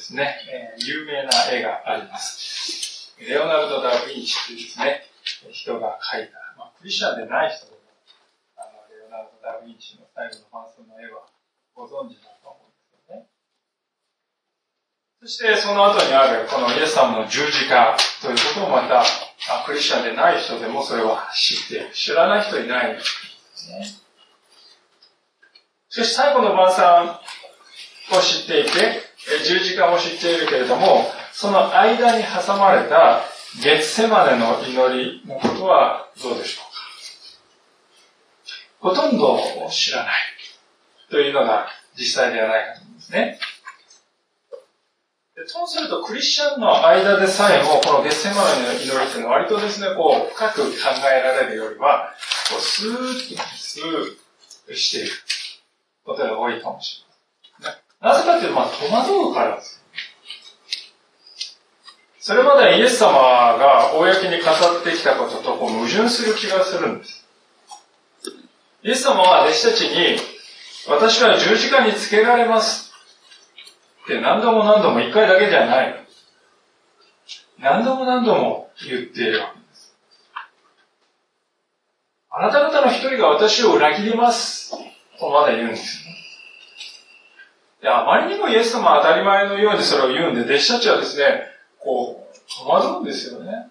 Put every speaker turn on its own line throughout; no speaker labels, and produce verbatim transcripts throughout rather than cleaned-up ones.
ですね、えー、有名な絵があります。レオナルド・ダ・ヴィンチというですね、人が描いた、まあ、クリスチャンでない人でも、あのレオナルド・ダ・ヴィンチの最後の晩餐の絵はご存知だと思うんですよね。そしてその後にあるこのイエス様の十字架ということをまた、クリスチャンでない人でもそれは知っている。知らない人いないんですね。しかし最後の晩餐を知っていて、十字架も知っているけれども、その間に挟まれたゲッセマネの祈りのことはどうでしょうか。ほとんど知らないというのが実際ではないかと思うんですね。そうするとクリスチャンの間でさえもこのゲッセマネの祈りというのは割とですね、こう深く考えられるよりは、こうスーッとスーッしていることが多いかもしれません。なぜかというと、まあ、戸惑うからです。それまでイエス様が公に語ってきたこととこう矛盾する気がするんです。イエス様は弟子たちに、私は十字架につけられますって何度も何度も一回だけじゃない。何度も何度も言っているわけです。あなた方の一人が私を裏切りますとまだ言うんですね。で、あまりにもイエス様は当たり前のようにそれを言うんで、弟子たちはですね、こう、戸惑うんですよね。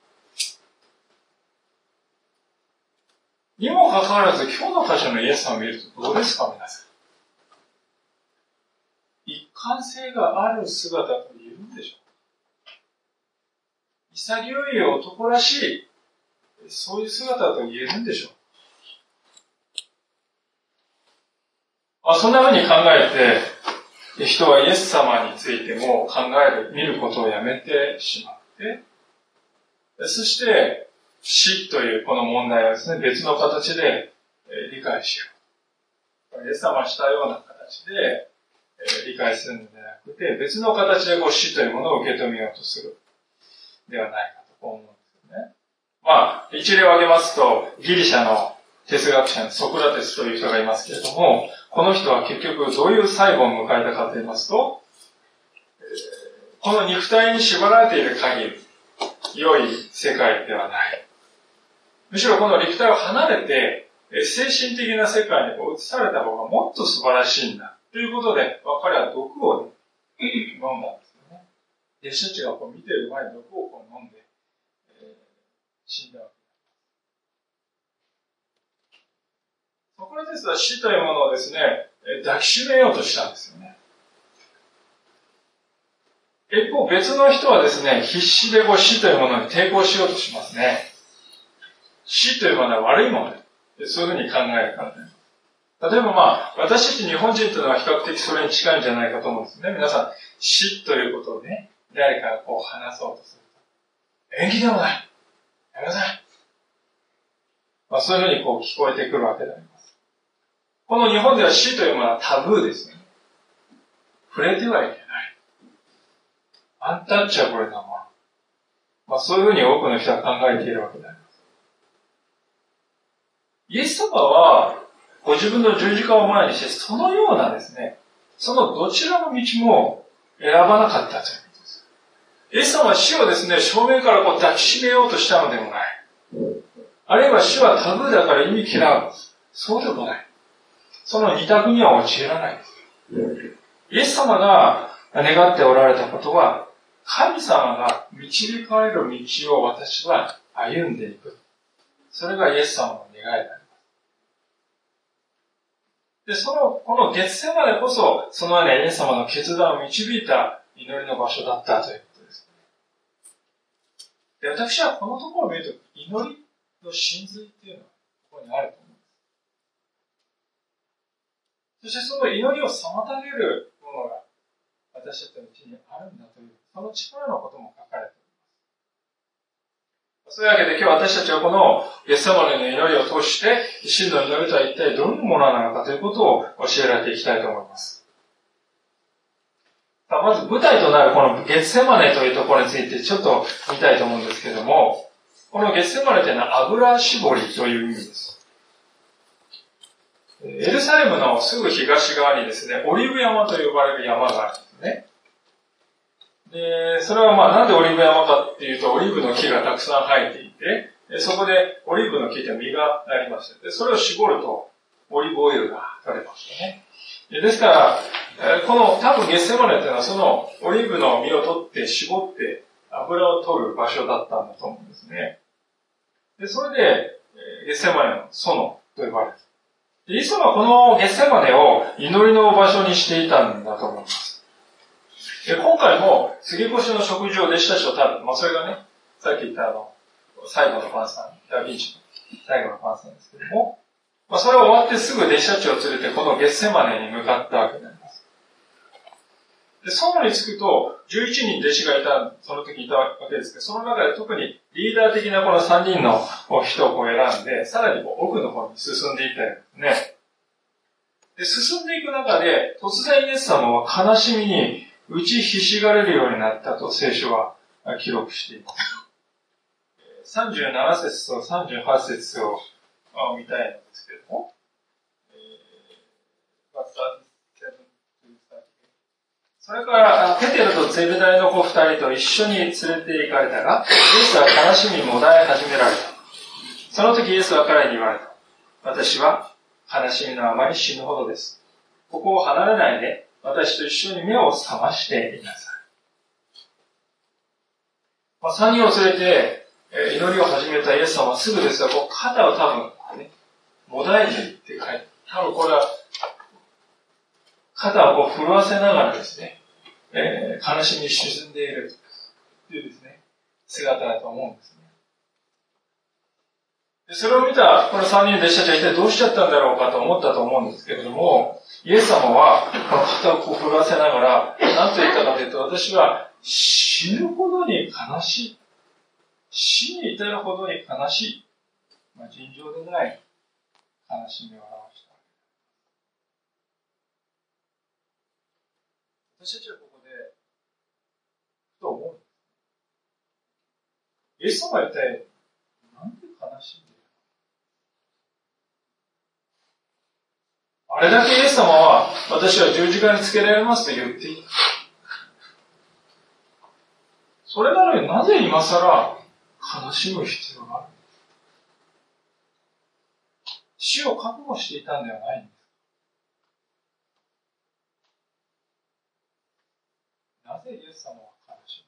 にもかかわらず、今日の箇所のイエス様を見るとどうですか、皆さん。一貫性がある姿と言えるんでしょうか。潔い男らしい、そういう姿と言えるんでしょうか。まあ、そんなふうに考えて、人はイエス様についても考える、見ることをやめてしまって、そして、死というこの問題をですね、別の形で理解しよう。イエス様がしたような形で理解するのではなくて、別の形でこう死というものを受け止めようとするではないかと思うんですよね。まあ、一例を挙げますと、ギリシャの哲学者のソクラテスという人がいますけれども、この人は結局どういう最後を迎えたかと言いますと、この肉体に縛られている限り、良い世界ではない。むしろこの肉体を離れて、精神的な世界にこう移された方がもっと素晴らしいんだ。ということで、彼は毒を、ね、飲んだんですよね。弟子たちがこう見ている前に毒をこう飲んで、えー、死んだわけです。ソクラテスは死というものをですね、抱きしめようとしたんですよね。一方別の人はですね、必死でこう死というものに抵抗しようとしますね。死というものは悪いもので、そういうふうに考えるからね。例えばまあ、私たち日本人というのは比較的それに近いんじゃないかと思うんですね。皆さん、死ということをね、誰かがこう話そうとすると。縁起でもない。やめなさい。まあそういうふうにこう聞こえてくるわけであります。この日本では死というものはタブーですね。触れてはいけない。アンタッチャブルなもの。まあそういうふうに多くの人は考えているわけであります。イエス様は、ご自分の十字架を前にして、そのようなですね、そのどちらの道も選ばなかったということです。イエス様は死をですね、正面からこう抱きしめようとしたのでもない。あるいは死はタブーだから意味嫌う。そうでもない。その二択には陥らないです。イエス様が願っておられたことは、神様が導かれる道を私は歩んでいく。それがイエス様の願いであります。で、その、このゲッセマネこそ、そのようなイエス様の決断を導いた祈りの場所だったということです。で、私はこのところを見ると、祈りの真髄っていうのは、ここにあると思うんです。そしてその祈りを妨げるものが、私たちのうちにあるんだという、その力のことも書かれています。そういうわけで今日私たちはこのゲッセマネの祈りを通して、真の祈りとは一体どんなものなのかということを教えられていきたいと思います。さあ、まず舞台となるこのゲッセマネというところについてちょっと見たいと思うんですけれども、このゲッセマネというのは油絞りという意味です。エルサレムのすぐ東側にですね、オリーブ山と呼ばれる山があるんですね。 で、それはまあなんでオリーブ山かっていうと、オリーブの木がたくさん生えていて、そこでオリーブの木って実がありまして、でそれを絞るとオリーブオイルが取れますよね。ですから、この多分ゲッセマネっていうのはそのオリーブの実を取って絞って油を取る場所だったんだと思うんですね。で、それでゲッセマネの園と呼ばれる。イエス様はこのゲッセマネを祈りの場所にしていたんだと思います。で、今回も杉越の食事を弟子たちと食べて、まあそれがね、さっき言ったあの、最後の晩餐、ダ・ヴィンチの最後の晩餐ですけども、まあそれ終わってすぐ弟子たちを連れてこのゲッセマネに向かったわけになります。で、園に着くと、じゅういちにん弟子がいた、その時いたわけですけど、その中で特にリーダー的なこのさんにんの人をこう選んで、さらにこう奥の方に進んでいったようですね。で、進んでいく中で、突然イエス様は悲しみに打ちひしがれるようになったと聖書は記録しています。さんじゅうなな節とさんじゅうはち節を見たいんですけども、それから、ペテロとゼベダイの子二人と一緒に連れて行かれたが、イエスは悲しみもだえ始められた。その時イエスは彼に言われた。私は悲しみのあまり死ぬほどです。ここを離れないで、私と一緒に目を覚ましていなさい。まあ、三人を連れて、祈りを始めたイエス様はすぐですが、こう肩を多分、ね、もだえていって書いて、多分これは、肩をこう震わせながらですね、えー、悲しみに沈んでいるというですね、姿だと思うんですね。でそれを見たこの三人の弟子たちは一体どうしちゃったんだろうかと思ったと思うんですけれども、イエス様はこの肩をこう震わせながら、何と言ったかというと、私は死ぬほどに悲しい。死に至るほどに悲しい。まあ、尋常でない悲しみを表した。私たちはここで、ふと思うんです。イエス様は一体、なんで悲しんでいるの？あれだけイエス様は、私は十字架につけられますと言っていた。それなのになぜ今更、悲しむ必要があるんです。死を覚悟していたんではないんです。なぜイエス様は悲し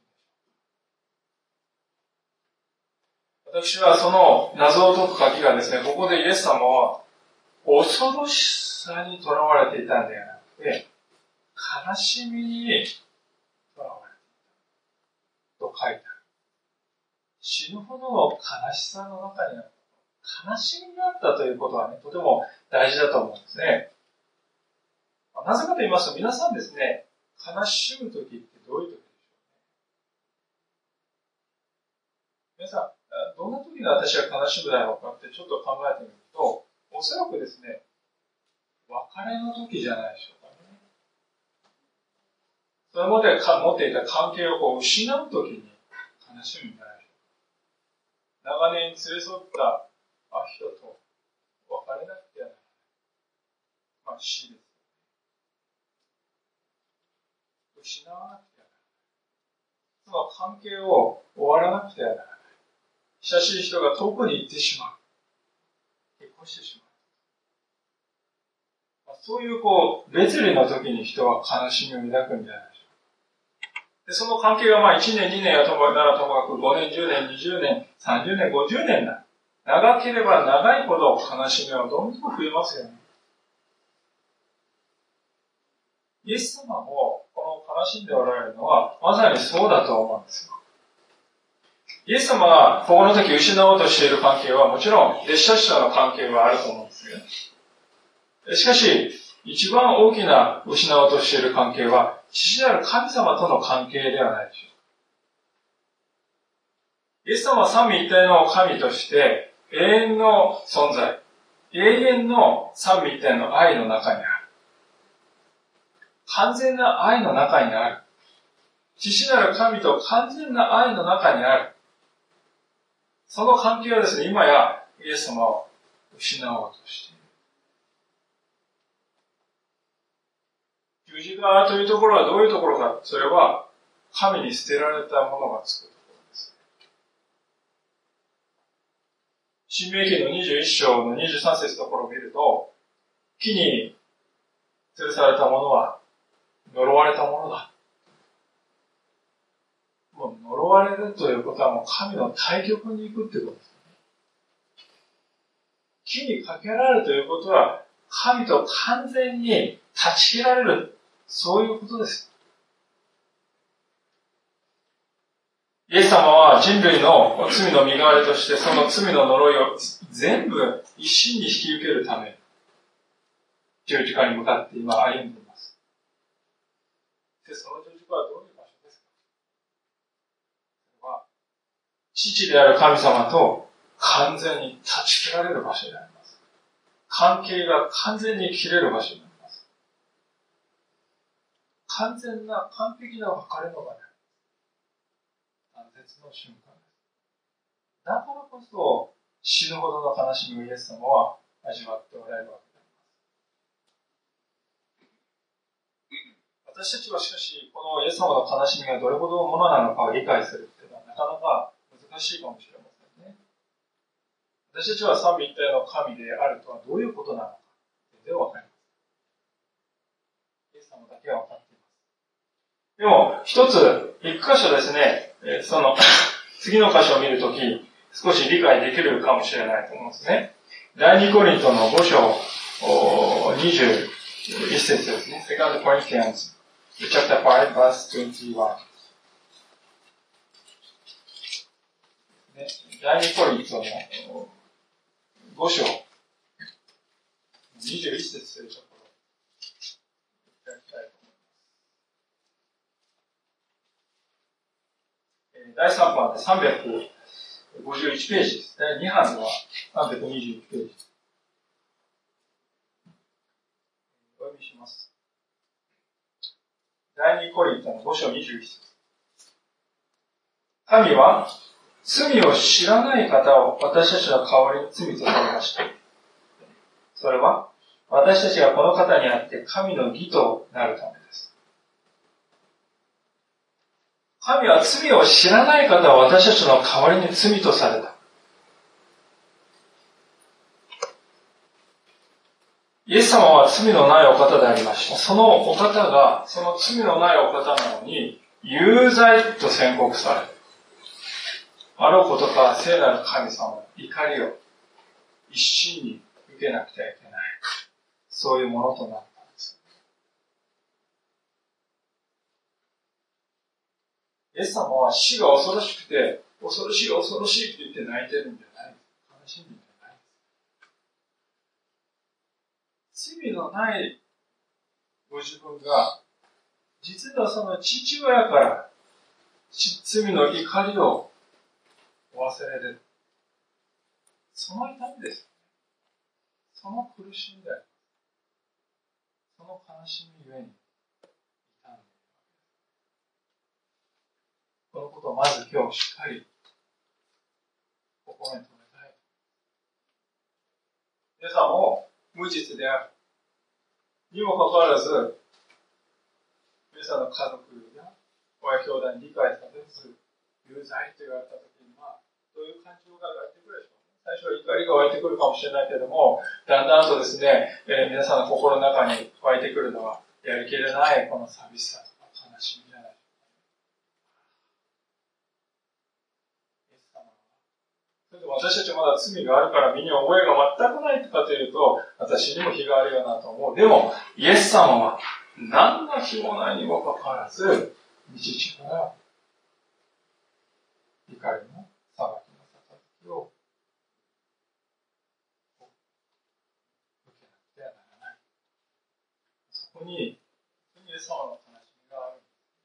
むでしょうか。私はその謎を解く鍵がですね、ここでイエス様は恐ろしさにとらわれていたんではなくて、悲しみにとらわれていたと書いてある。死ぬほどの悲しさの中にある。悲しみがあったということはね、とても大事だと思うんですね。なぜかと言いますと、皆さんですね、悲しむときってどういうときでしょうね。皆さん、どんなときに私は悲しむだろうかってちょっと考えてみると、おそらくですね、別れのときじゃないでしょうかね。それまで持っていた関係をこう失うときに悲しむんじゃないでしょうか。長年連れ添った人と別れなくてはならない。まあ死です。失わなくてはならない。その関係を終わらなくてはならない。親しい人が遠くに行ってしまう。結婚してしまう。そういうこう、別離の時に人は悲しみを抱くんじゃないでしょうか。で、その関係がまあいちねん、にねんやともならともかくごねん、じゅうねん、にじゅうねん、さんじゅうねん、ごじゅうねんだ。長ければ長いほど悲しみはどんどん増えますよね。イエス様もこの悲しんでおられるのはまさにそうだと思うんですよ。イエス様がここの時失おうとしている関係はもちろん弟子たちとの関係はあると思うんですよ。しかし、一番大きな失おうとしている関係は父なる神様との関係ではないでしょう。イエス様は三位一体の神として永遠の存在、永遠の三位一体の愛の中にある。完全な愛の中にある。父なる神と完全な愛の中にある。その関係はですね、今やイエス様を失おうとしている。十字架というところはどういうところか。それは神に捨てられたものがつくところです。申命記のにじゅういっ章のにじゅうさん節のところを見ると、木に吊るされたものは呪われたものだ。もう呪われるということはもう神の対極に行くということです。木にかけられるということは、神と完全に断ち切られる。そういうことです。イエス様は人類の罪の身代わりとして、その罪の呪いを全部一身に引き受けるため、十字架に向かって今歩んでいます。で、その十字架はどういう場所ですか？それは、父である神様と完全に断ち切られる場所であります。関係が完全に切れる場所になります。完全な、完璧な別れの場であります。断絶の瞬間です。だからこそ、死ぬほどの悲しみをイエス様は味わっておられるわけであります。私たちはしかし、このイエス様の悲しみがどれほどのものなのかを理解するというのはなかなか難しいかもしれませんね。私たちは三位一体の神であるとはどういうことなのかでわかります。イエス様だけは分かっています。でも、一つ、一箇所ですね、その、次の箇所を見るとき、少し理解できるかもしれないと思うんですね。第二コリントのご章、にじゅういち節ですね。セカンドコリンティアンズ、チャプターファイブ、バースにじゅういち。ね、第二コリントのご章、にじゅういち節というところをいただきたいと思います。だいさん版でさんびゃくごじゅういちページです。だいに版ではさんびゃくにじゅういちページ。お読みします。第二コリントのご章にじゅういち節。神は罪を知らない方を私たちの代わりに罪とされました。それは私たちがこの方にあって神の義となるためです。神は罪を知らない方を私たちの代わりに罪とされた。イエス様は罪のないお方でありました。そのお方が、その罪のないお方なのに、有罪と宣告され、あろうことか聖なる神様の怒りを一身に受けなくてはいけない。そういうものとなったんです。イエス様は死が恐ろしくて、恐ろしい恐ろしいって言って泣いてるんじゃない。悲しんでるんじゃない。罪のないご自分が、実はその父親から罪の怒りをお忘れで、その痛みです。その苦しみであります。その悲しみゆえに痛んでいるわけです。このことをまず今日しっかり心に留めたい。皆さんも無実であるにもかかわらず、皆さんの家族や親兄弟に理解されず、有罪と言われたときには、どういう感情が湧いてくるでしょう。最初は怒りが湧いてくるかもしれないけれども、だんだんとですね、えー、皆さんの心の中に湧いてくるのは、やりきれないこの寂しさとか悲しみじゃないでしょうか。イエス様は、それでも私たちはまだ罪があるから身に覚えが全くないかというと、私にも非があるよなと思う。でも、イエス様は、何の日もないにもかかわらず、日々から怒りの裁きの杯を受けなくてはならない。そこに、イエス様の悲しみがあるん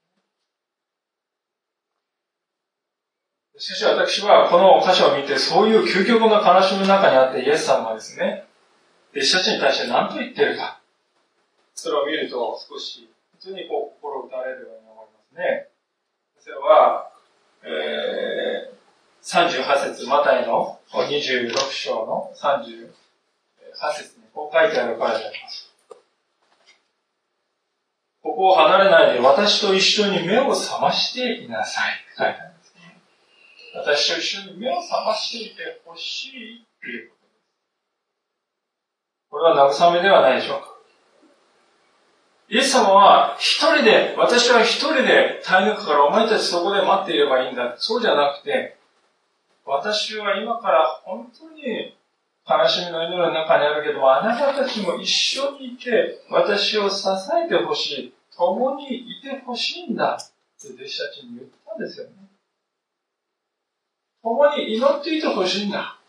です。しかし私はこの箇所を見て、そういう究極の悲しみの中にあってイエス様はですね、弟子たちに対して何と言っているか。それを見ると少し、普通にこう心打たれるように思いますね。それは、えー、さんじゅうはち節、マタイのにじゅうろく章のさんじゅうはち節にこう書いてあるからであります。 ここを離れないで私と一緒に目を覚ましていなさいって書いてあるんですね。私と一緒に目を覚ましていてほしいっていうことです。これは慰めではないでしょうか。イエス様は一人で、私は一人で耐え抜くからお前たちそこで待っていればいいんだ。そうじゃなくて、私は今から本当に悲しみの祈りの中にあるけども、あなたたちも一緒にいて、私を支えてほしい。共にいてほしいんだ。って弟子たちに言ったんですよね。共に祈っていてほしいんだ。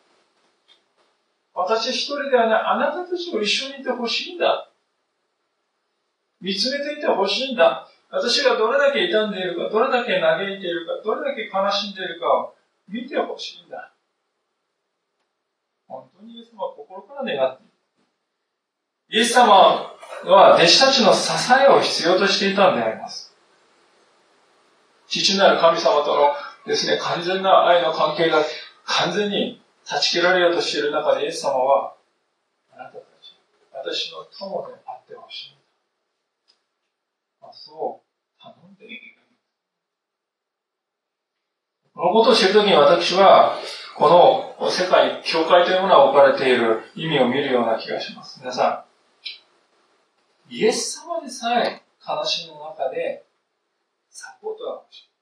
私一人ではない、あなたたちも一緒にいてほしいんだ。見つめていてほしいんだ。私がどれだけ傷んでいるか、どれだけ嘆いているか、どれだけ悲しんでいるかを見てほしいんだ。本当にイエス様は心から願っている。イエス様は弟子たちの支えを必要としていたんであります。父なる神様とのですね、完全な愛の関係が完全に断ち切られようとしている中でイエス様は、あなたたち、私の友であってほしいんだ。まあ、そう頼んでいる。このことを知るときに私は、この世界、教会というものが置かれている意味を見るような気がします。皆さん、イエス様でさえ悲しみの中でサポートが欲しい。支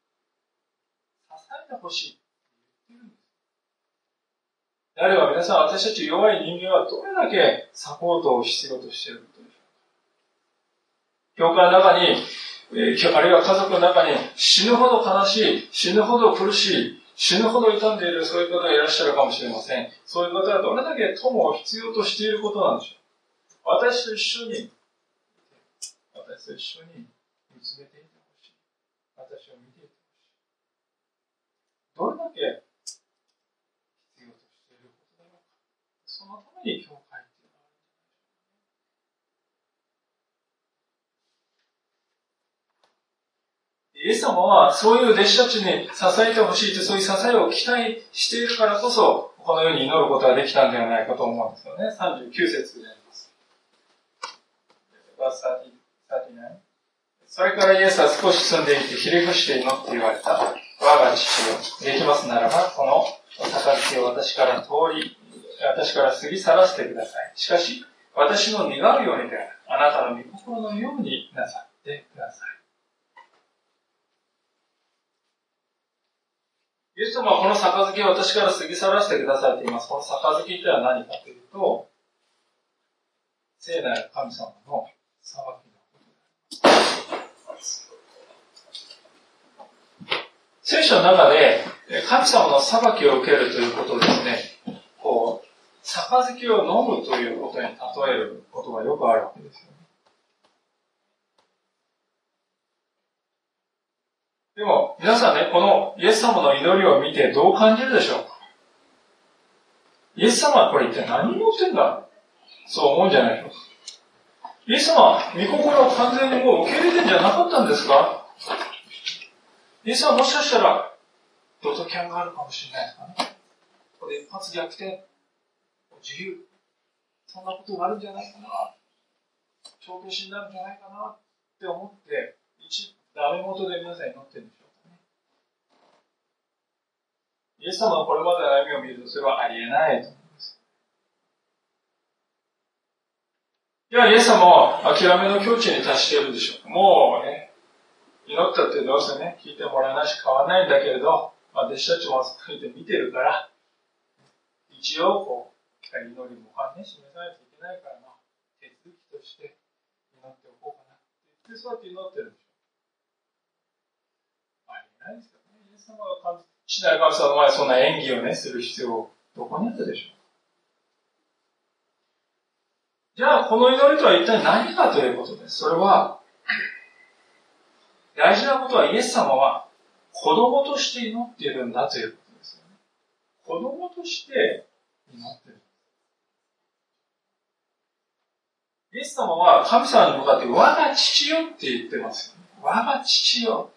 えて欲しい。言ってるんです。であれば皆さん、私たち弱い人間はどれだけサポートを必要としていることでしょうか。教会の中に、あるいは家族の中に死ぬほど悲しい、死ぬほど苦しい、死ぬほど傷んでいるそういう方がいらっしゃるかもしれません。そういう方はどれだけ友を必要としていることなんでしょう。私と一緒に、私と一緒に見つめていてほしい。私を見ていてほしい。どれだけ必要としていることだろうか。そのために教会っていうのはあるんじゃないでしょうか。イエス様はそういう弟子たちに支えてほしいと、そういう支えを期待しているからこそ、このように祈ることができたんではないかと思うんですよね。さんじゅうきゅう節であります。バースさんじゅうきゅう。それからイエスは少し進んでいて、ひれ伏して祈って言われた。我が父よ、できますならば、この杯を私から通り、私から過ぎ去らせてください。しかし、私の願うようにではなく、あなたの御心のようになさってください。イエス様はこの杯を私から過ぎ去らせてくださいと言います。この杯とは何かというと、聖なる神様の裁きのことです。聖書の中で神様の裁きを受けるということをですね、こう、杯を飲むということに例えることがよくあるわけですよね。でも、皆さんね、このイエス様の祈りを見てどう感じるでしょうか。イエス様はこれ一体何を言ってんだ、そう思うんじゃないでしょうか。イエス様は御心を完全にもう受け入れてんじゃなかったんですか。イエス様はもしかしたらドトキャンがあるかもしれないですかね。ここで一発逆転、自由、そんなことがあるんじゃないかな、帳消しになるんじゃないかなって思って一ダメ元で皆さん祈ってるんでしょうかね。イエス様のこれまでの歩みを見るとそれはありえないと思います。いや、イエス様は諦めの境地に達しているんでしょうか。もうね、祈ったってどうせね、聞いてもらわないし変わらないんだけれど、まあ、弟子たちもそこに見てるから、一応こう、祈りもね、示さないといけないから、まあ、手続きとして祈っておこうかなって言って、そうやって祈ってるんでしょう。ないですよね。イエス様が父なる神様の前でそんな演技をね、する必要、どこにあったでしょう。じゃあ、この祈りとは一体何かということです。それは、大事なことはイエス様は子供として祈っているんだということですよね。子供として祈っている。イエス様は神様に向かって我が父よって言ってますよね。我が父よ。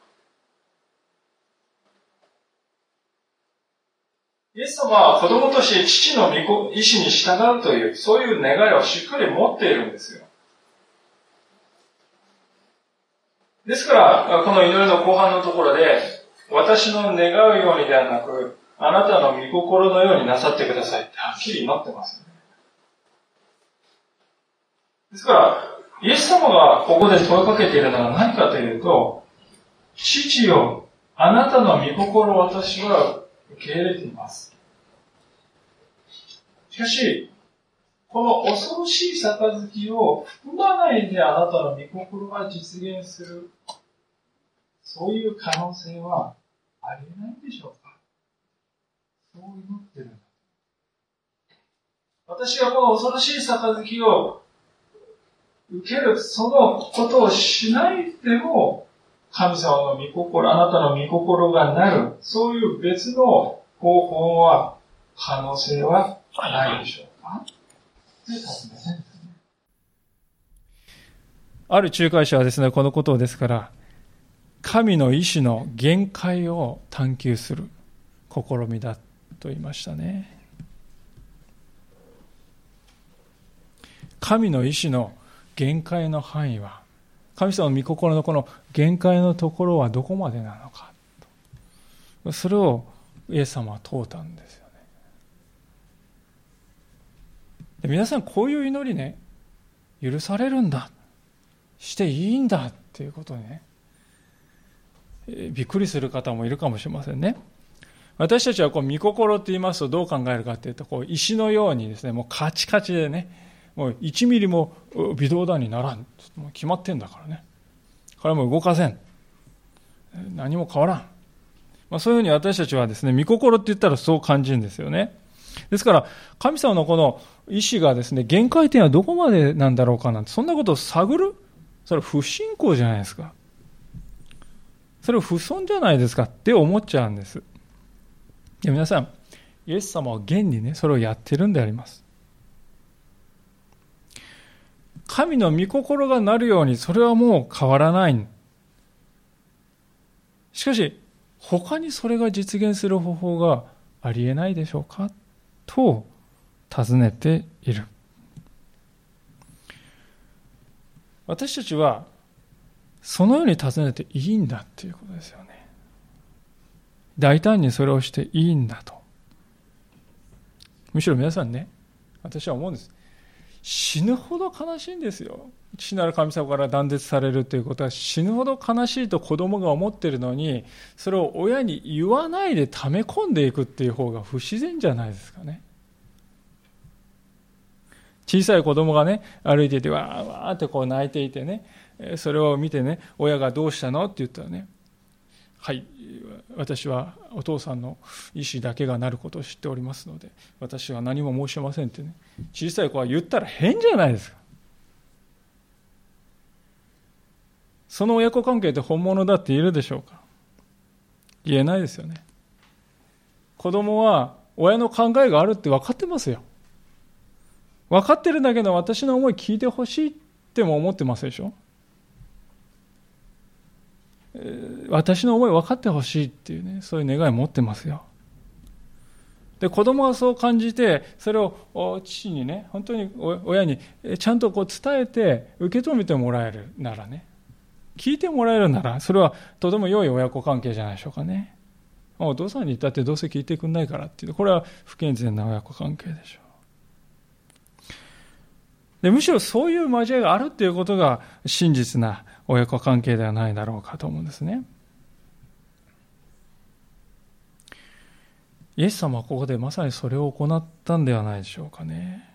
イエス様は子供として父の意思に従うという、そういう願いをしっかり持っているんですよ。 ですから、この祈りの後半のところで、私の願うようにではなく、あなたの御心のようになさってくださいってはっきり祈ってますよね。ですから、イエス様がここで問いかけているのは何かというと、父よ、あなたの御心を私は受け入れています。しかし、この恐ろしい杯を含まないであなたの御心が実現する、そういう可能性はありえないんでしょうか。そう祈ってるんだ。私がこの恐ろしい杯を受ける、そのことをしないでも、神様の御心、あなたの御心がなる、そういう別の方法は、可能性はないでしょうか。ある仲介者はですね、このことをですから、神の意志の限界を探求する試みだと言いましたね。神の意志の限界の範囲は、神様の御心のこの限界のところはどこまでなのか。それをイエス様は問うたんですよね。で、皆さんこういう祈りね、許されるんだ、していいんだっていうことね、びっくりする方もいるかもしれませんね。私たちはこう御心って言いますとどう考えるかっていうと、こう石のようにですね、もうカチカチでね、もういちミリも微動だにならん、もう決まってんだからね、これはもう動かせん、何も変わらん、まあ、そういうふうに私たちはですね、御心って言ったらそう感じるんですよね。ですから神様のこの意志がですね、限界点はどこまでなんだろうかなんて、そんなことを探る、それは不信仰じゃないですか。それは不尊じゃないですかって思っちゃうんです。で、皆さん、イエス様は現にね、それをやってるんであります。神の御心がなるように、それはもう変わらない。しかし、他にそれが実現する方法がありえないでしょうかと尋ねている。私たちはそのように尋ねていいんだっていうことですよね。大胆にそれをしていいんだと。むしろ皆さんね、私は思うんです。死ぬほど悲しいんですよ。父なる神様から断絶されるということは死ぬほど悲しいと子供が思っているのに、それを親に言わないで溜め込んでいくっていう方が不自然じゃないですかね。小さい子供がね、歩いていてわーわーってこう泣いていてね、それを見てね、親がどうしたのって言ったらね、はい、私はお父さんの意思だけがなることを知っておりますので、私は何も申しませんってね、小さい子は言ったら変じゃないですか。その親子関係って本物だって言えるでしょうか。言えないですよね。子供は親の考えがあるって分かってますよ。分かってるんだけど、私の思い聞いてほしいっても思ってますでしょ。私の思い分かってほしいっていうね、そういう願いを持ってますよ。で、子供はそう感じて、それを父にね、本当に親にちゃんとこう伝えて受け止めてもらえるならね、聞いてもらえるなら、それはとても良い親子関係じゃないでしょうかね。お父さんに言ったってどうせ聞いてくんないからっていう、これは不健全な親子関係でしょう。で、むしろそういう交わりがあるっていうことが真実な親子関係ではないだろうかと思うんですね。イエス様はここでまさにそれを行ったんではないでしょうかね。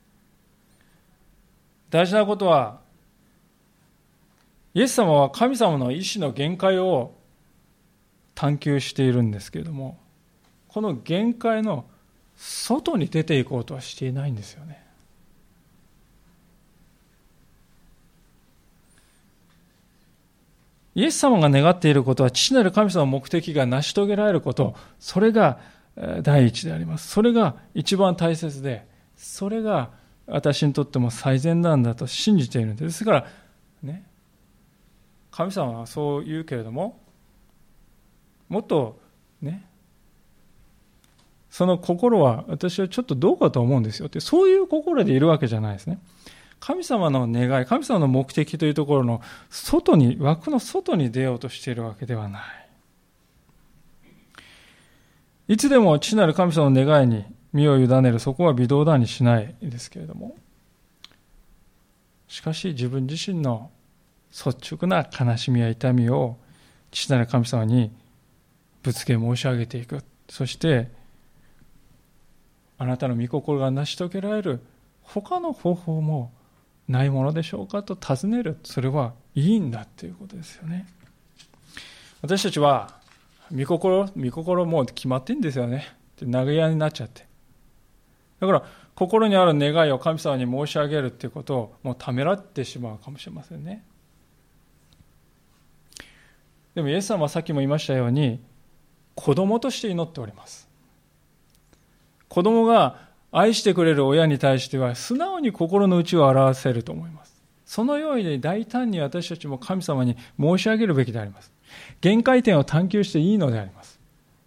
大事なことは、イエス様は神様の意志の限界を探求しているんですけれども、この限界の外に出ていこうとはしていないんですよね。イエス様が願っていることは、父なる神様の目的が成し遂げられること、それが第一であります。それが一番大切で、それが私にとっても最善なんだと信じているんです。ですからね、神様はそう言うけれども、もっとね、その心は私はちょっとどうかと思うんですよって、そういう心でいるわけじゃないですね。 神様の願い、神様の目的というところの外に、枠の外に出ようとしているわけではない。いつでも父なる神様の願いに身を委ねる、そこは微動だにしないですけれども、しかし自分自身の率直な悲しみや痛みを父なる神様にぶつけ申し上げていく。そしてあなたの御心が成し遂げられる他の方法もないものでしょうかと尋ねる。それはいいんだということですよね。私たちは御心、御心もう決まってんですよねって投げやりになっちゃって。だから心にある願いを神様に申し上げるっていうことをもうためらってしまうかもしれませんね。でもイエス様はさっきも言いましたように子供として祈っております。子供が愛してくれる親に対しては素直に心の内を表せると思います。そのように大胆に私たちも神様に申し上げるべきであります。限界点を探求していいのであります。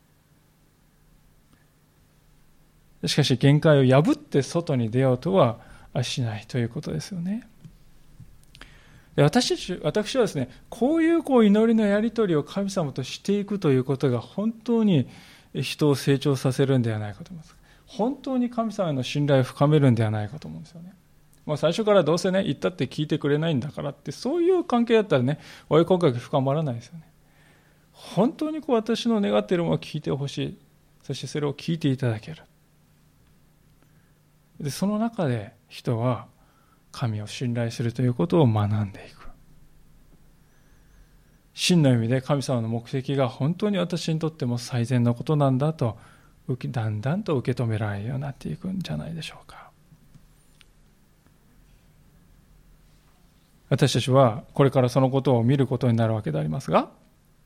しかし限界を破って外に出ようとはしないということですよね。私たち、私はですね、こういうこう祈りのやり取りを神様としていくということが本当に人を成長させるんではないかと思います。本当に神様への信頼を深めるんではないかと思うんですよね。もう最初からどうせね、言ったって聞いてくれないんだからって、そういう関係だったらね、親子関係深まらないですよね。本当にこう私の願っているものを聞いてほしい。そしてそれを聞いていただける。で、その中で人は神を信頼するということを学んでいく。真の意味で神様の目的が本当に私にとっても最善のことなんだと、だんだんと受け止められるようになっていくんじゃないでしょうか。私たちはこれからそのことを見ることになるわけでありますが、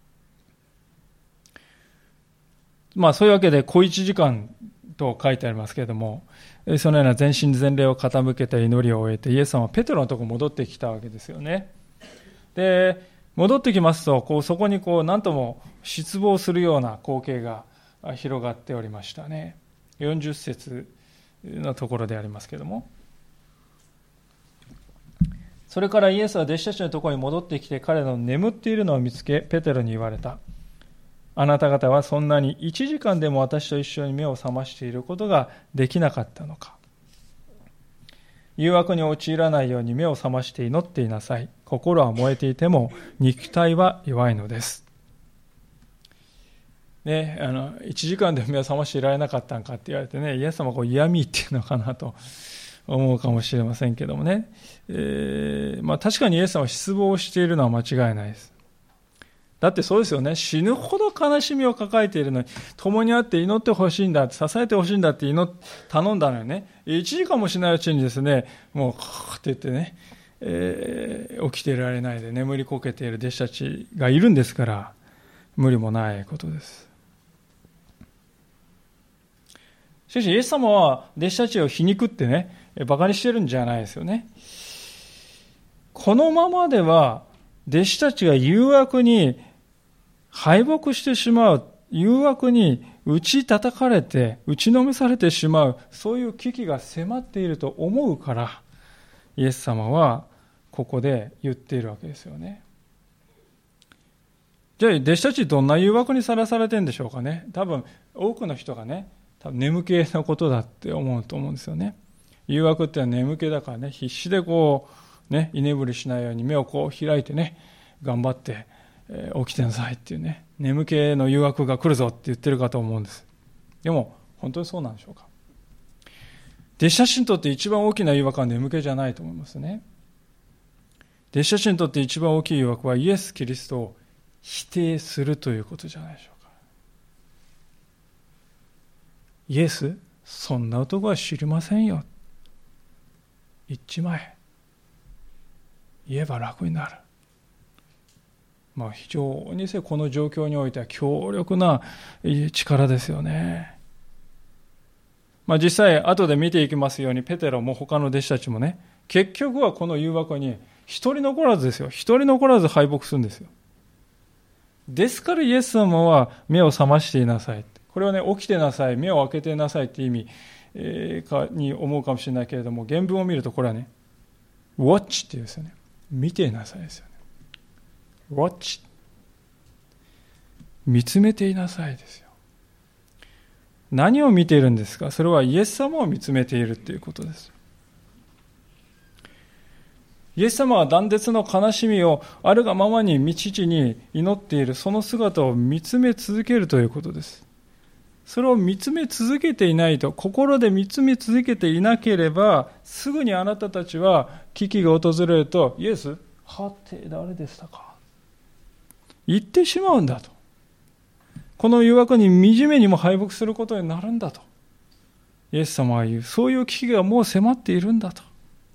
まあそういうわけで小一時間と書いてありますけれども、そのような全身全霊を傾けた祈りを終えてイエス様はペテロのところに戻ってきたわけですよね。で、戻ってきますと、こうそこにこう何とも失望するような光景が広がっておりましたね。よんじゅっ節のところでありますけれども、それからイエスは弟子たちのところに戻ってきて彼の眠っているのを見つけ、ペテロに言われた。あなた方はそんなにいちじかんでも私と一緒に目を覚ましていることができなかったのか。誘惑に陥らないように目を覚まして祈っていなさい。心は燃えていても肉体は弱いのです。ね、あのいちじかんで目を覚ましていられなかったんかって言われてね、イエス様はこう嫌味っていうのかなと思うかもしれませんけどもね、えーまあ、確かにイエス様は失望しているのは間違いないです。だってそうですよね。死ぬほど悲しみを抱えているのに、共にあって祈ってほしいんだ、支えてほしいんだって祈っ頼んだのよね。いちじかんもしないうちにですね、もう、はーって言ってね、えー、起きていられないで眠りこけている弟子たちがいるんですから、無理もないことです。しかし、イエス様は弟子たちを皮肉ってね、馬鹿にしてるんじゃないですよね。このままでは、弟子たちが誘惑に敗北してしまう、誘惑に打ち叩かれて、打ちのめされてしまう、そういう危機が迫っていると思うから、イエス様はここで言っているわけですよね。じゃあ、弟子たちどんな誘惑にさらされてるんでしょうかね。多分、多くの人がね、多分眠気のことだって思うと思うんですよね。誘惑ってのは眠気だからね、必死でこう、ね、居眠りしないように目をこう開いてね、頑張って、えー、起きてなさいっていうね、眠気の誘惑が来るぞって言ってるかと思うんです。でも、本当にそうなんでしょうか。弟子たちにとって一番大きな誘惑は眠気じゃないと思いますね。弟子たちにとって一番大きい誘惑はイエス・キリストを否定するということじゃないでしょうか。イエス、そんな男は知りませんよ。言っちまえ。言えば楽になる。まあ非常にこの状況においては強力な力ですよね。まあ実際後で見ていきますようにペテロも他の弟子たちもね、結局はこの誘惑に一人残らずですよ。一人残らず敗北するんですよ。ですからイエス様は目を覚ましていなさい。これはね、起きてなさい、目を開けてなさいって意味、えー、かに思うかもしれないけれども、原文を見るとこれはね、 watch って言うんですよね。見ていなさいですよね。watch。見つめていなさいですよ。何を見ているんですか？それはイエス様を見つめているということです。イエス様は断絶の悲しみをあるがままに父に祈っている、その姿を見つめ続けるということです。それを見つめ続けていないと、心で見つめ続けていなければ、すぐにあなたたちは危機が訪れると、イエス、はて誰でしたか、言ってしまうんだと。この誘惑に惨めにも敗北することになるんだと。イエス様は言う。そういう危機がもう迫っているんだと。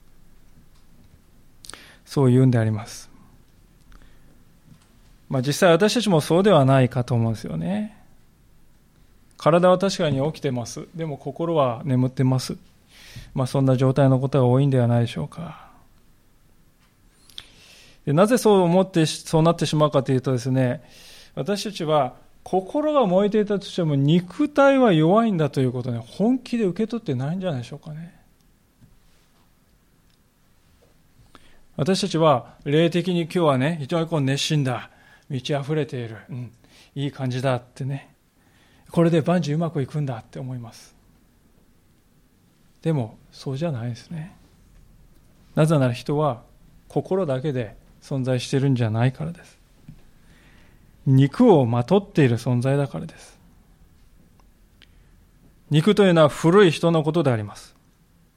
そう言うんであります。まあ実際私たちもそうではないかと思うんですよね。体は確かに起きてます。でも心は眠ってます。まあそんな状態のことが多いんではないでしょうか。でなぜそう思ってそうなってしまうかというとですね、私たちは心が燃えていたとしても肉体は弱いんだということを、ね、本気で受け取ってないんじゃないでしょうかね。私たちは霊的に今日はね、非常にこう熱心だ、満ち溢れている、うん、いい感じだってね、これで万事うまくいくんだって思います。でもそうじゃないですね。なぜなら人は心だけで存在しているんじゃないからです。肉をまとっている存在だからです。肉というのは古い人のことであります。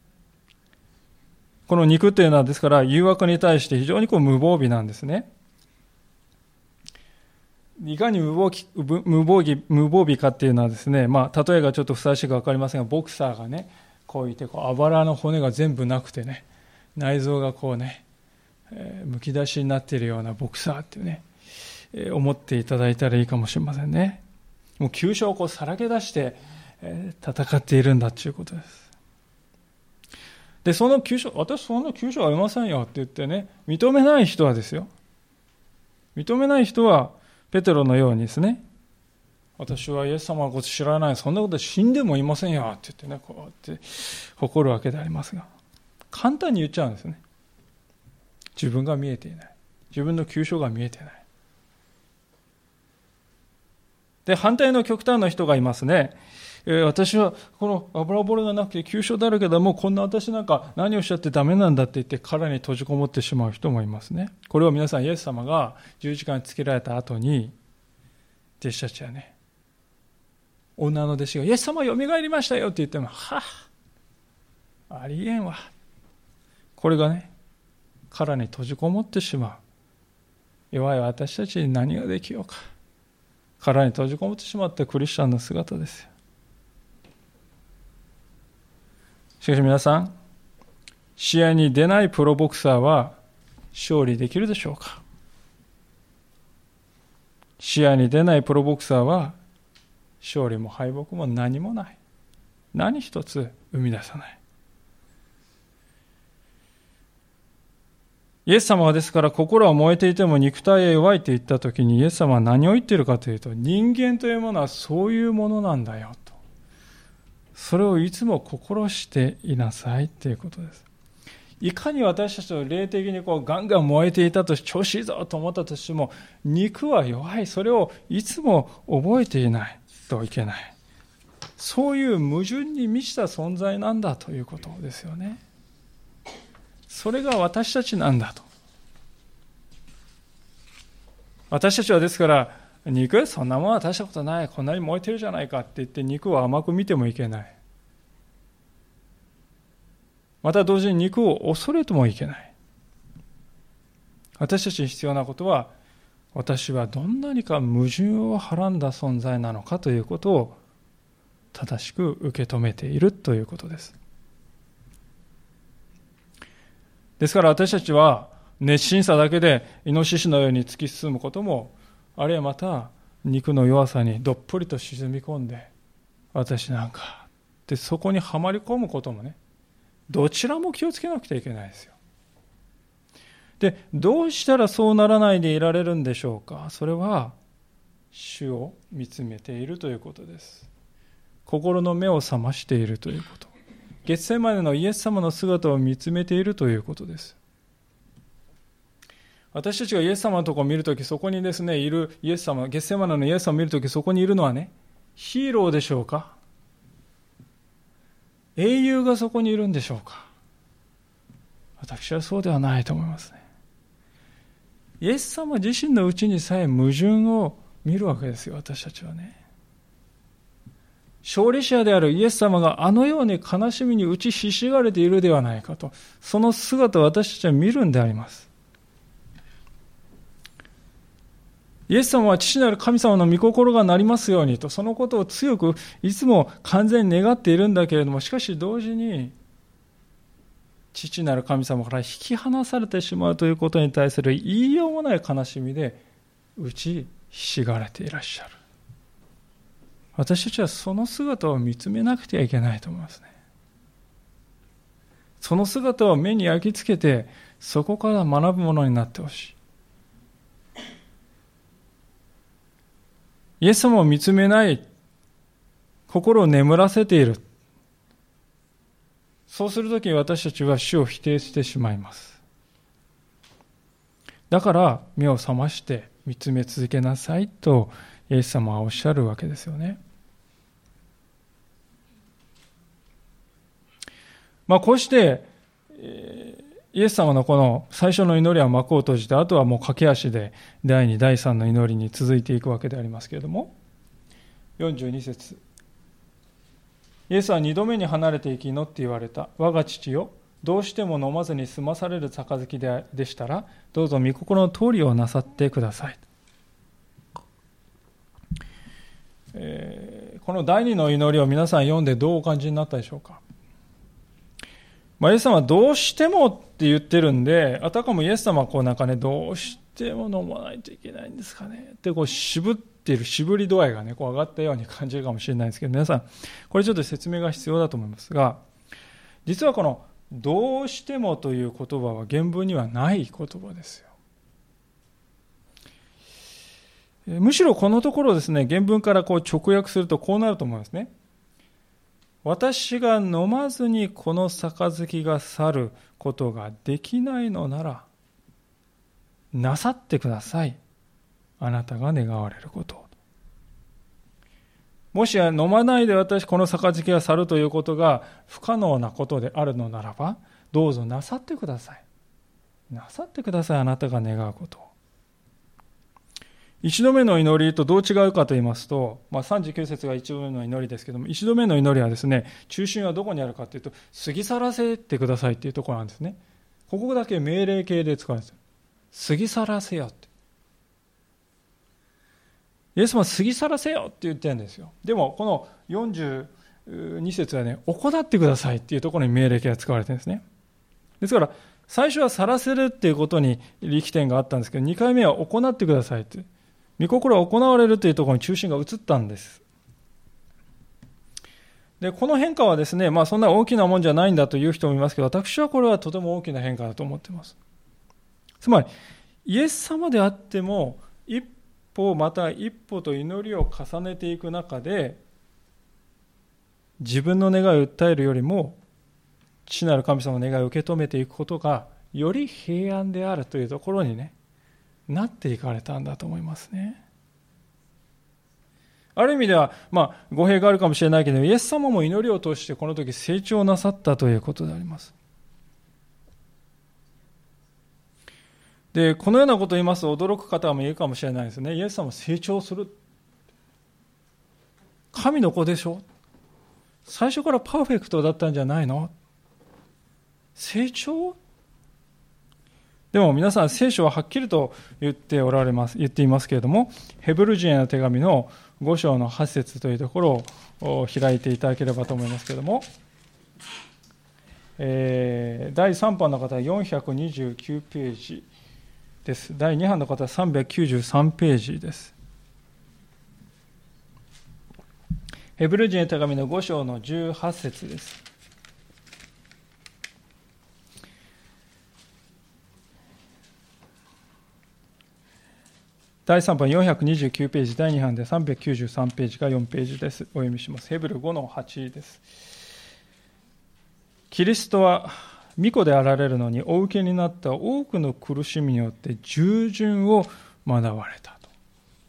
この肉というのはですから誘惑に対して非常にこう無防備なんですね。いかに無防備、無防備、無防備かっていうのはですね、まあ例えがちょっとふさわしいか分かりませんが、ボクサーがね、こういてこうあばらの骨が全部なくてね、内臓がこうね、えー、むき出しになっているようなボクサーっていうね、えー、思っていただいたらいいかもしれませんね。もう急所をこうさらけ出して、えー、戦っているんだということです。で、その急所、私そんな急所ありませんよって言ってね、認めない人はですよ。認めない人は、ペテロのようにですね、私はイエス様のこと知らない、そんなこと死んでもいませんよって言ってね、こうやって誇るわけでありますが、簡単に言っちゃうんですね。自分が見えていない。自分の急所が見えていない。で、反対の極端な人がいますね。えー、私はこの油ぼれがなくて急所だらけだ、もうこんな私なんか何をしちゃってダメなんだって言って殻に閉じこもってしまう人もいますね。これを皆さんイエス様が十字架につけられた後に、弟子たちはね、女の弟子がイエス様よみがえりましたよって言っても、はあ、ありえんわ。これがね、殻に閉じこもってしまう。弱い私たちに何ができようか。殻に閉じこもってしまったクリスチャンの姿ですよ。しかし皆さん、試合に出ないプロボクサーは勝利できるでしょうか？試合に出ないプロボクサーは勝利も敗北も何もない。何一つ生み出さない。イエス様はですから心は燃えていても肉体へ弱いと言ったときにイエス様は何を言っているかというと、人間というものはそういうものなんだよと。それをいつも心していなさいということです。いかに私たちの霊的にこうガンガン燃えていたとし、調子いいぞと思ったとしても、肉は弱い。それをいつも覚えていないといけない。そういう矛盾に満ちた存在なんだということですよね。それが私たちなんだと。私たちはですから、肉そんなものは大したことない。こんなに燃えてるじゃないかって言って肉を甘く見てもいけない。また同時に肉を恐れてもいけない。私たちに必要なことは、私はどんなにか矛盾をはらんだ存在なのかということを正しく受け止めているということです。ですから私たちは熱心さだけでイノシシのように突き進むことも、あるいはまた肉の弱さにどっぷりと沈み込んで、私なんかでそこにはまり込むこともね、どちらも気をつけなくてはいけないですよ。で、どうしたらそうならないでいられるんでしょうか。それは主を見つめているということです。心の目を覚ましているということ。ゲッセマネのイエス様の姿を見つめているということです。 私たちがイエス様のところを見るとき、そこにですね、いるイエス様、ゲッセマネのイエス様を見るとき、そこにいるのはね、ヒーローでしょうか？英雄がそこにいるんでしょうか？私はそうではないと思いますね。イエス様自身のうちにさえ矛盾を見るわけですよ、私たちはね。勝利者であるイエス様があのように悲しみに打ちひしがれているではないかと、その姿を私たちは見るんであります。イエス様は父なる神様の御心がなりますようにと、そのことを強くいつも完全に願っているんだけれども、しかし同時に父なる神様から引き離されてしまうということに対する言いようもない悲しみで打ちひしがれていらっしゃる。私たちはその姿を見つめなくてはいけないと思いますね。その姿を目に焼き付けて、そこから学ぶものになってほしい。イエス様を見つめない、心を眠らせている。そうするとき私たちは主を否定してしまいます。だから目を覚まして見つめ続けなさいとイエス様はおっしゃるわけですよね。まあこうして、えーイエス様のこの最初の祈りは幕を閉じて、あとはもう駆け足でだいに、だいさんの祈りに続いていくわけでありますけれども、よんじゅうに節、イエスは二度目に離れていき祈って言われた。我が父よ、どうしても飲まずに済まされる杯 で, でしたら、どうぞ御心の通りをなさってください。えー、このだいにの祈りを皆さん読んでどうお感じになったでしょうか。まあ、イエス様はどうしてもって言ってるんで、あたかもイエス様はこうなんかね、どうしても飲まないといけないんですかねってこう渋っている渋り度合いがね、こう上がったように感じるかもしれないですけど、皆さん、これちょっと説明が必要だと思いますが、実はこのどうしてもという言葉は原文にはない言葉ですよ。むしろこのところですね、原文からこう直訳するとこうなると思いますね。私が飲まずにこの杯が去ることができないのなら、なさってください。あなたが願われることを。もし飲まないで私この杯が去るということが不可能なことであるのならば、どうぞなさってください。なさってください。あなたが願うことを。一度目の祈りとどう違うかと言いますと、まあ、さんじゅうきゅう節が一度目の祈りですけども、一度目の祈りはですね、中心はどこにあるかというと、過ぎ去らせてくださいというところなんですね。ここだけ命令形で使われている。過ぎ去らせよって。イエス様は過ぎ去らせよって言ってるんですよ。でもこのよんじゅうに節はね、行ってくださいっていうところに命令形が使われてるんですね。ですから最初は去らせるっていうことに力点があったんですけど、にかいめは行ってくださいって、御心は行われるというところに中心が移ったんです。でこの変化はですね、まあそんな大きなもんじゃないんだという人もいますけど、私はこれはとても大きな変化だと思っています。つまりイエス様であっても一歩また一歩と祈りを重ねていく中で、自分の願いを訴えるよりも父なる神様の願いを受け止めていくことがより平安であるというところにね、なっていかれたんだと思いますね。ある意味では、まあ、語弊があるかもしれないけど、イエス様も祈りを通してこの時成長なさったということであります。で、このようなことを言いますと驚く方もいるかもしれないですね。イエス様成長する。神の子でしょ。最初からパーフェクトだったんじゃないの？成長？でも皆さん聖書ははっきりと言っておられます、言っていますけれども、ヘブル人への手紙のご章のはち節というところを開いていただければと思いますけれども、えー、だいさん版の方はよんひゃくにじゅうきゅうページです。だいに版の方はさんびゃくきゅうじゅうさんページです。ヘブル人への手紙のご章のじゅうはち節です。だいさん版よんひゃくにじゅうきゅうページ、だいに版でさんびゃくきゅうじゅうさんページがよんページです。お読みします。ヘブルごのはちです。キリストは
御子であられるのにお受けになった多くの苦しみによって従順を学ばれたと。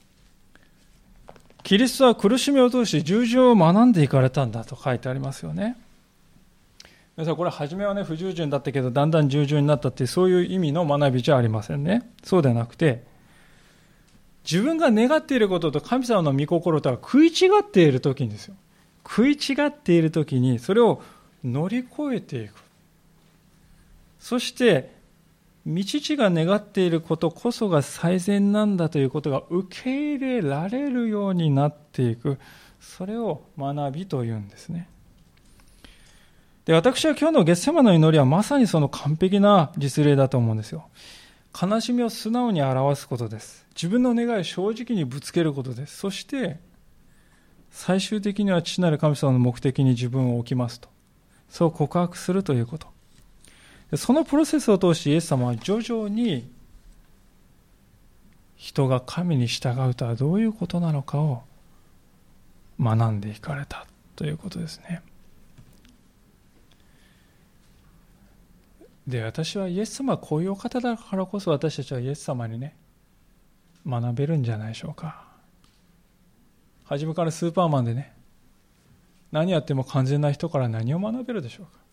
キリストは苦しみを通して従順を学んでいかれたんだと書いてありますよね。皆さん、これは初めはね不従順だったけどだんだん従順になったっていうそういう意味の学びじゃありませんね。そうではなくて、自分が願っていることと神様の御心とは食い違っている時にですよ。食い違っている時にそれを乗り越えていく。そして御父が願っていることこそが最善なんだということが受け入れられるようになっていく。それを学びというんですね。で、私は今日のゲッセマの祈りはまさにその完璧な実例だと思うんですよ。悲しみを素直に表すことです。自分の願いを正直にぶつけることです。そして最終的には父なる神様の目的に自分を置きますと、そう告白するということ。そのプロセスを通してイエス様は徐々に人が神に従うとはどういうことなのかを学んでいかれたということですね。で、私はイエス様はこういうお方だからこそ私たちはイエス様にね学べるんじゃないでしょうか。初めからスーパーマンでね何やっても完全な人から何を学べるでしょうか。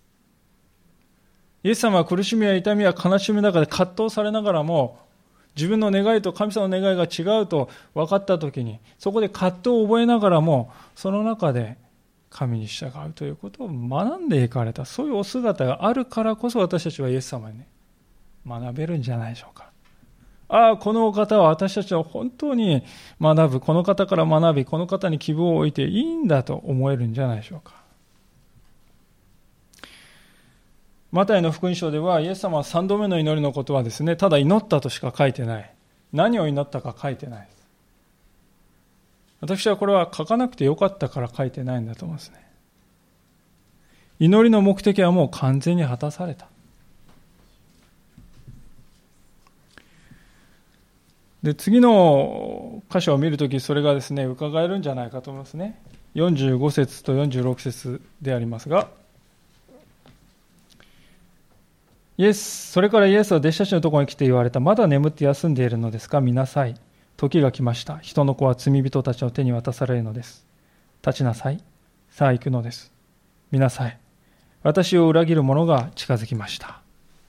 イエス様は苦しみや痛みや悲しみの中で葛藤されながらも自分の願いと神様の願いが違うと分かったときにそこで葛藤を覚えながらもその中で神に従うということを学んでいかれた、そういうお姿があるからこそ私たちはイエス様にね学べるんじゃないでしょうか。ああ、このお方は私たちは本当に学ぶ、この方から学びこの方に希望を置いていいんだと思えるんじゃないでしょうか。マタイの福音書ではイエス様はさんどめの祈りのことはですねただ祈ったとしか書いてない。何を祈ったか書いてないです。私はこれは書かなくてよかったから書いてないんだと思うんですね。祈りの目的はもう完全に果たされた。で、次の箇所を見るときそれがですね伺えるんじゃないかと思いますね。よんじゅうご節とよんじゅうろく節でありますが、イエスそれからイエスは弟子たちのところに来て言われた。まだ眠って休んでいるのですか。見なさい。時が来ました。人の子は罪人たちの手に渡されるのです。立ちなさい。さあ行くのです。見なさい。私を裏切る者が近づきました。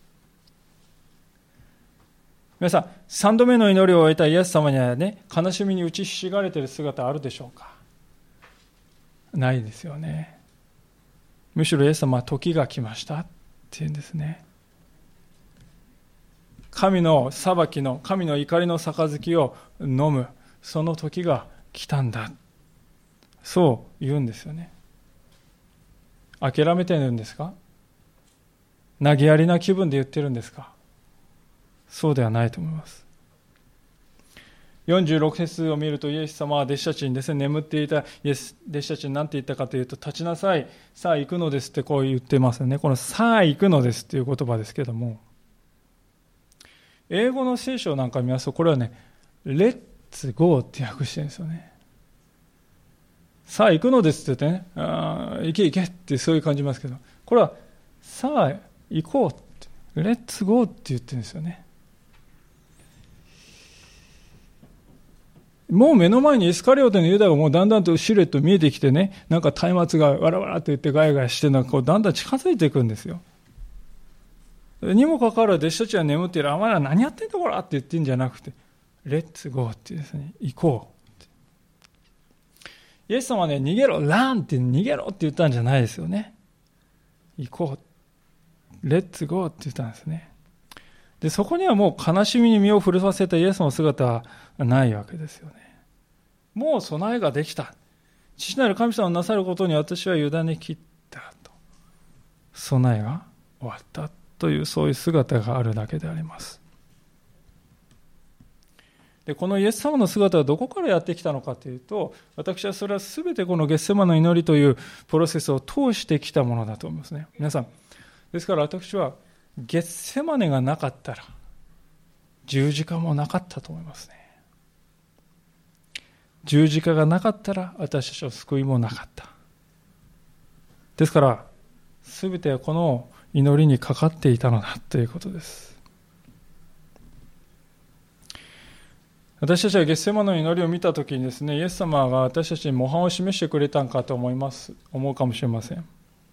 皆さん、三度目の祈りを終えたイエス様にはね、悲しみに打ちひしがれている姿あるでしょうか。ないですよね。むしろイエス様は時が来ましたって言うんですね。神の裁きの、神の怒りの杯を飲む、その時が来たんだ。そう言うんですよね。諦めてるんですか？投げやりな気分で言ってるんですか？そうではないと思います。よんじゅうろく節を見るとイエス様は弟子たちにですね、眠っていたイエス弟子たちに何て言ったかというと、立ちなさい、さあ行くのですってこう言ってますよね。このさあ行くのですっていう言葉ですけども、英語の聖書なんか見ますとこれはね、レッツゴーって訳してるんですよね。さあ行くのですって言ってね、あ行け行けってそういう感じますけど、これはさあ行こうって、レッツゴーって言ってるんですよね。もう目の前にイスカリオテのユダがもうだんだんとシルエット見えてきてね、なんか松明がわらわらと言ってガヤガヤしてるのがこうだんだん近づいていくんですよ。にもかかわらず弟子たちは眠っている。あまり何やってんだこらって言ってるんじゃなくて、レッツゴーってですね、行こうって。イエス様はね、逃げろ、ランって逃げろって言ったんじゃないですよね。行こう、レッツゴーって言ったんですね。で、そこにはもう悲しみに身を震わせたイエスの姿はないわけですよね。もう備えができた。父なる神様のなさることに私は委ね切ったと。備えが終わったという、そういう姿があるだけであります。で、このイエス様の姿はどこからやってきたのかというと、私はそれは全てこのゲッセマの祈りというプロセスを通してきたものだと思いますね。皆さん、ですから私はゲッセマネがなかったら十字架もなかったと思いますね。十字架がなかったら私たちの救いもなかった。ですからすべてはこの祈りにかかっていたのだということです。私たちはゲッセマの祈りを見たときにですね、イエス様が私たちに模範を示してくれたんかと思います、思うかもしれません。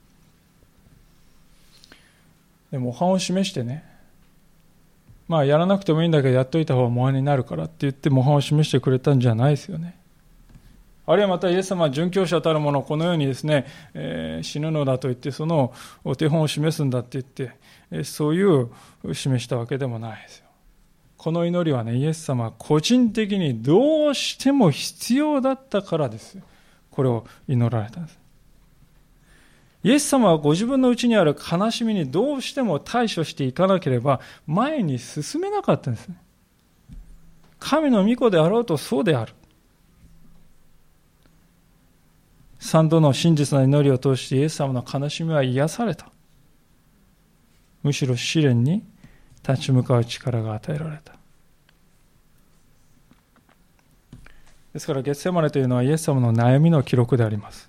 で模範を示してね、まあやらなくてもいいんだけどやっといた方が模範になるからって言って模範を示してくれたんじゃないですよね。あるいはまたイエス様は殉教者たるものをこのようにですね、えー、死ぬのだと言ってそのお手本を示すんだって言って、えー、そういう示したわけでもないですよ。この祈りはね、イエス様は個人的にどうしても必要だったからです。これを祈られたんです。イエス様はご自分の内にある悲しみにどうしても対処していかなければ前に進めなかったんですね。神の御子であろうとそうである。三度の真実な祈りを通してイエス様の悲しみは癒された。むしろ試練に立ち向かう力が与えられた。ですからゲッセマネというのはイエス様の悩みの記録であります。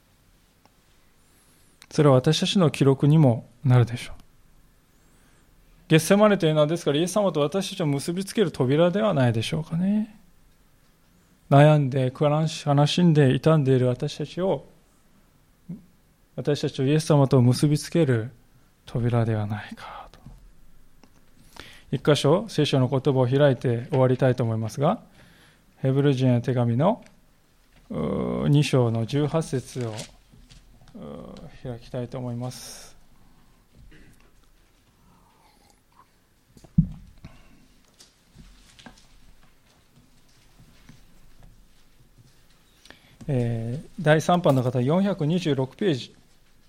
それは私たちの記録にもなるでしょう。ゲッセマネというのはですからイエス様と私たちを結びつける扉ではないでしょうかね。悩んで悲しんで傷んでいる私たちを私たちをイエス様と結びつける扉ではないかと。一箇所聖書の言葉を開いて終わりたいと思いますが、ヘブル人への手紙のに章のじゅうはち節を開きたいと思います。えー、だいさん版の方はよんひゃくにじゅうろくページ、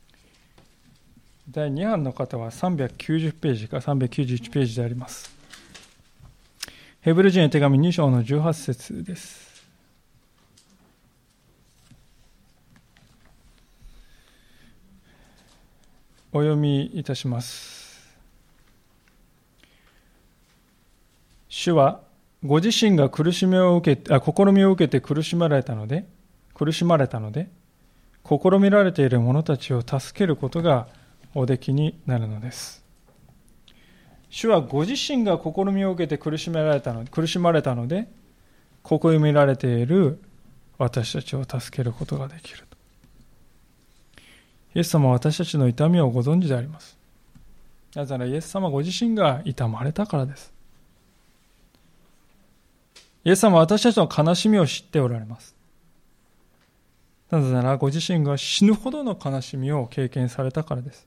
だいに版の方はさんびゃくきゅうじゅうページかさんびゃくきゅうじゅういちページであります。ヘブル人への手紙に章のじゅうはち節です。お読みいたします。主はご自身が苦しみを受けて、あ、試みを受けて苦しまれたので、苦しまれたので、試みられている者たちを助けることがおできになるのです。主はご自身が試みを受けて苦しめられたので、苦しまれたので、試みられている私たちを助けることができる。イエス様は私たちの痛みをご存知であります。なぜならイエス様ご自身が痛まれたからです。イエス様は私たちの悲しみを知っておられます。なぜならご自身が死ぬほどの悲しみを経験されたからです。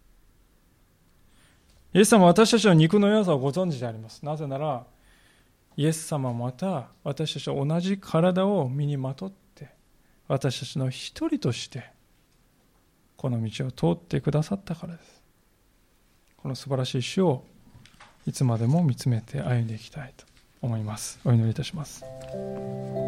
イエス様は私たちの肉の弱さをご存知であります。なぜならイエス様はまた私たちと同じ体を身にまとって私たちの一人としてこの道を通ってくださったからです。この素晴らしい主をいつまでも見つめて歩んでいきたいと思います。お祈りいたします。